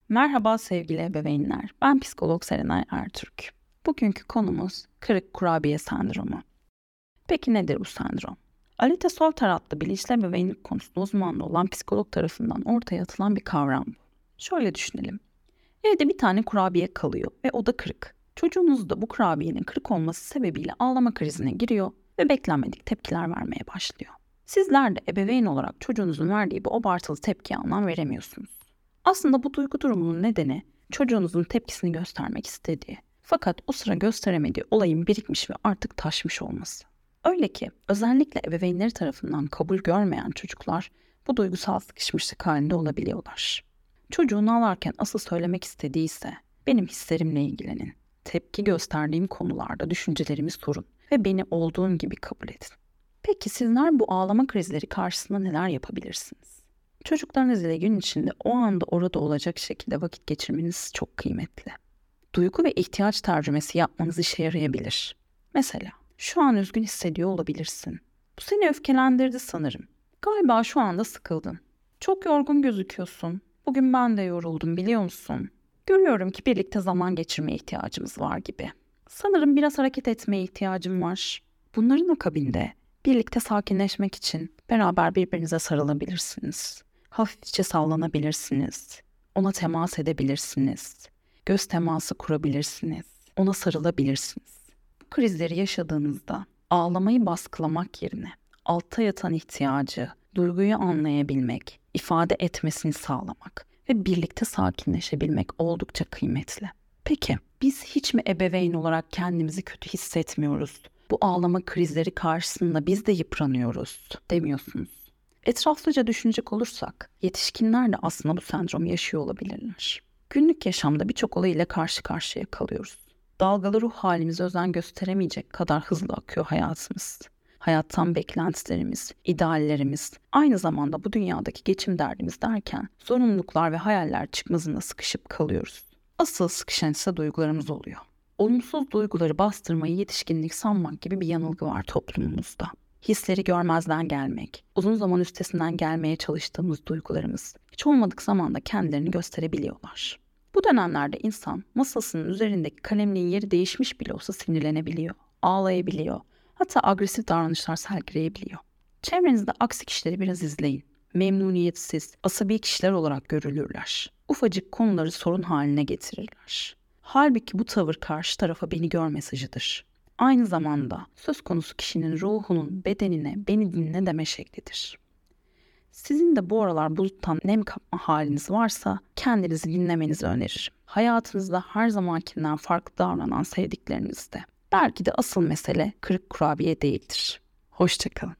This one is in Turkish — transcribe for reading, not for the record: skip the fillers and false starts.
Merhaba sevgili ebeveynler, ben psikolog Serenay Ertürk. Bugünkü konumuz kırık kurabiye sendromu. Peki nedir bu sendrom? Alita Solter adlı bilinçli ebeveynlik konusunda uzmanlı olan psikolog tarafından ortaya atılan bir kavram bu. Şöyle düşünelim. Evde bir tane kurabiye kalıyor ve o da kırık. Çocuğunuz da bu kurabiyenin kırık olması sebebiyle ağlama krizine giriyor ve beklenmedik tepkiler vermeye başlıyor. Sizler de ebeveyn olarak çocuğunuzun verdiği bu abartılı tepkiye anlam veremiyorsunuz. Aslında bu duygu durumunun nedeni çocuğunuzun tepkisini göstermek istediği, fakat o sıra gösteremediği olayın birikmiş ve artık taşmış olması. Öyle ki özellikle ebeveynleri tarafından kabul görmeyen çocuklar bu duygusal sıkışmışlık halinde olabiliyorlar. Çocuğun ağlarken asıl söylemek istediği ise benim hislerimle ilgilenin, tepki gösterdiğim konularda düşüncelerimi sorun ve beni olduğum gibi kabul edin. Peki sizler bu ağlama krizleri karşısında neler yapabilirsiniz? Çocuklarınız ile gün içinde o anda orada olacak şekilde vakit geçirmeniz çok kıymetli. Duygu ve ihtiyaç tercümesi yapmanız işe yarayabilir. Mesela, şu an üzgün hissediyor olabilirsin. Bu seni öfkelendirdi sanırım. Galiba şu anda sıkıldın. Çok yorgun gözüküyorsun. Bugün ben de yoruldum biliyor musun? Görüyorum ki birlikte zaman geçirmeye ihtiyacımız var gibi. Sanırım biraz hareket etmeye ihtiyacım var. Bunların akabinde birlikte sakinleşmek için beraber birbirinize sarılabilirsiniz. Hafifçe sallanabilirsiniz. Ona temas edebilirsiniz. Göz teması kurabilirsiniz. Ona sarılabilirsiniz. Bu krizleri yaşadığınızda ağlamayı baskılamak yerine altta yatan ihtiyacı, duyguyu anlayabilmek, ifade etmesini sağlamak ve birlikte sakinleşebilmek oldukça kıymetli. Peki biz hiç mi ebeveyn olarak kendimizi kötü hissetmiyoruz? Bu ağlama krizleri karşısında biz de yıpranıyoruz demiyorsunuz. Etraflıca düşünecek olursak yetişkinler de aslında bu sendromu yaşıyor olabilirler. Günlük yaşamda birçok olayla karşı karşıya kalıyoruz. Dalgalı ruh halimize özen gösteremeyecek kadar hızlı akıyor hayatımız. Hayattan beklentilerimiz, ideallerimiz, aynı zamanda bu dünyadaki geçim derdimiz derken zorunluluklar ve hayaller çıkmazına sıkışıp kalıyoruz. Asıl sıkışan ise duygularımız oluyor. Olumsuz duyguları bastırmayı yetişkinlik sanmak gibi bir yanılgı var toplumumuzda. Hisleri görmezden gelmek, uzun zaman üstesinden gelmeye çalıştığımız duygularımız hiç olmadık zamanda kendilerini gösterebiliyorlar. Bu dönemlerde insan masasının üzerindeki kalemliğin yeri değişmiş bile olsa sinirlenebiliyor, ağlayabiliyor, hatta agresif davranışlar sergileyebiliyor. Çevrenizde aksi kişileri biraz izleyin. Memnuniyetsiz, asabi kişiler olarak görülürler. Ufacık konuları sorun haline getirirler. Halbuki bu tavır karşı tarafa beni gör mesajıdır. Aynı zamanda söz konusu kişinin ruhunun bedenine beni dinle deme şeklidir. Sizin de bu aralar buluttan nem kapma haliniz varsa kendinizi dinlemenizi öneririm. Hayatınızda her zamankinden farklı davranan sevdiklerinizde. Belki de asıl mesele kırık kurabiye değildir. Hoşça kalın.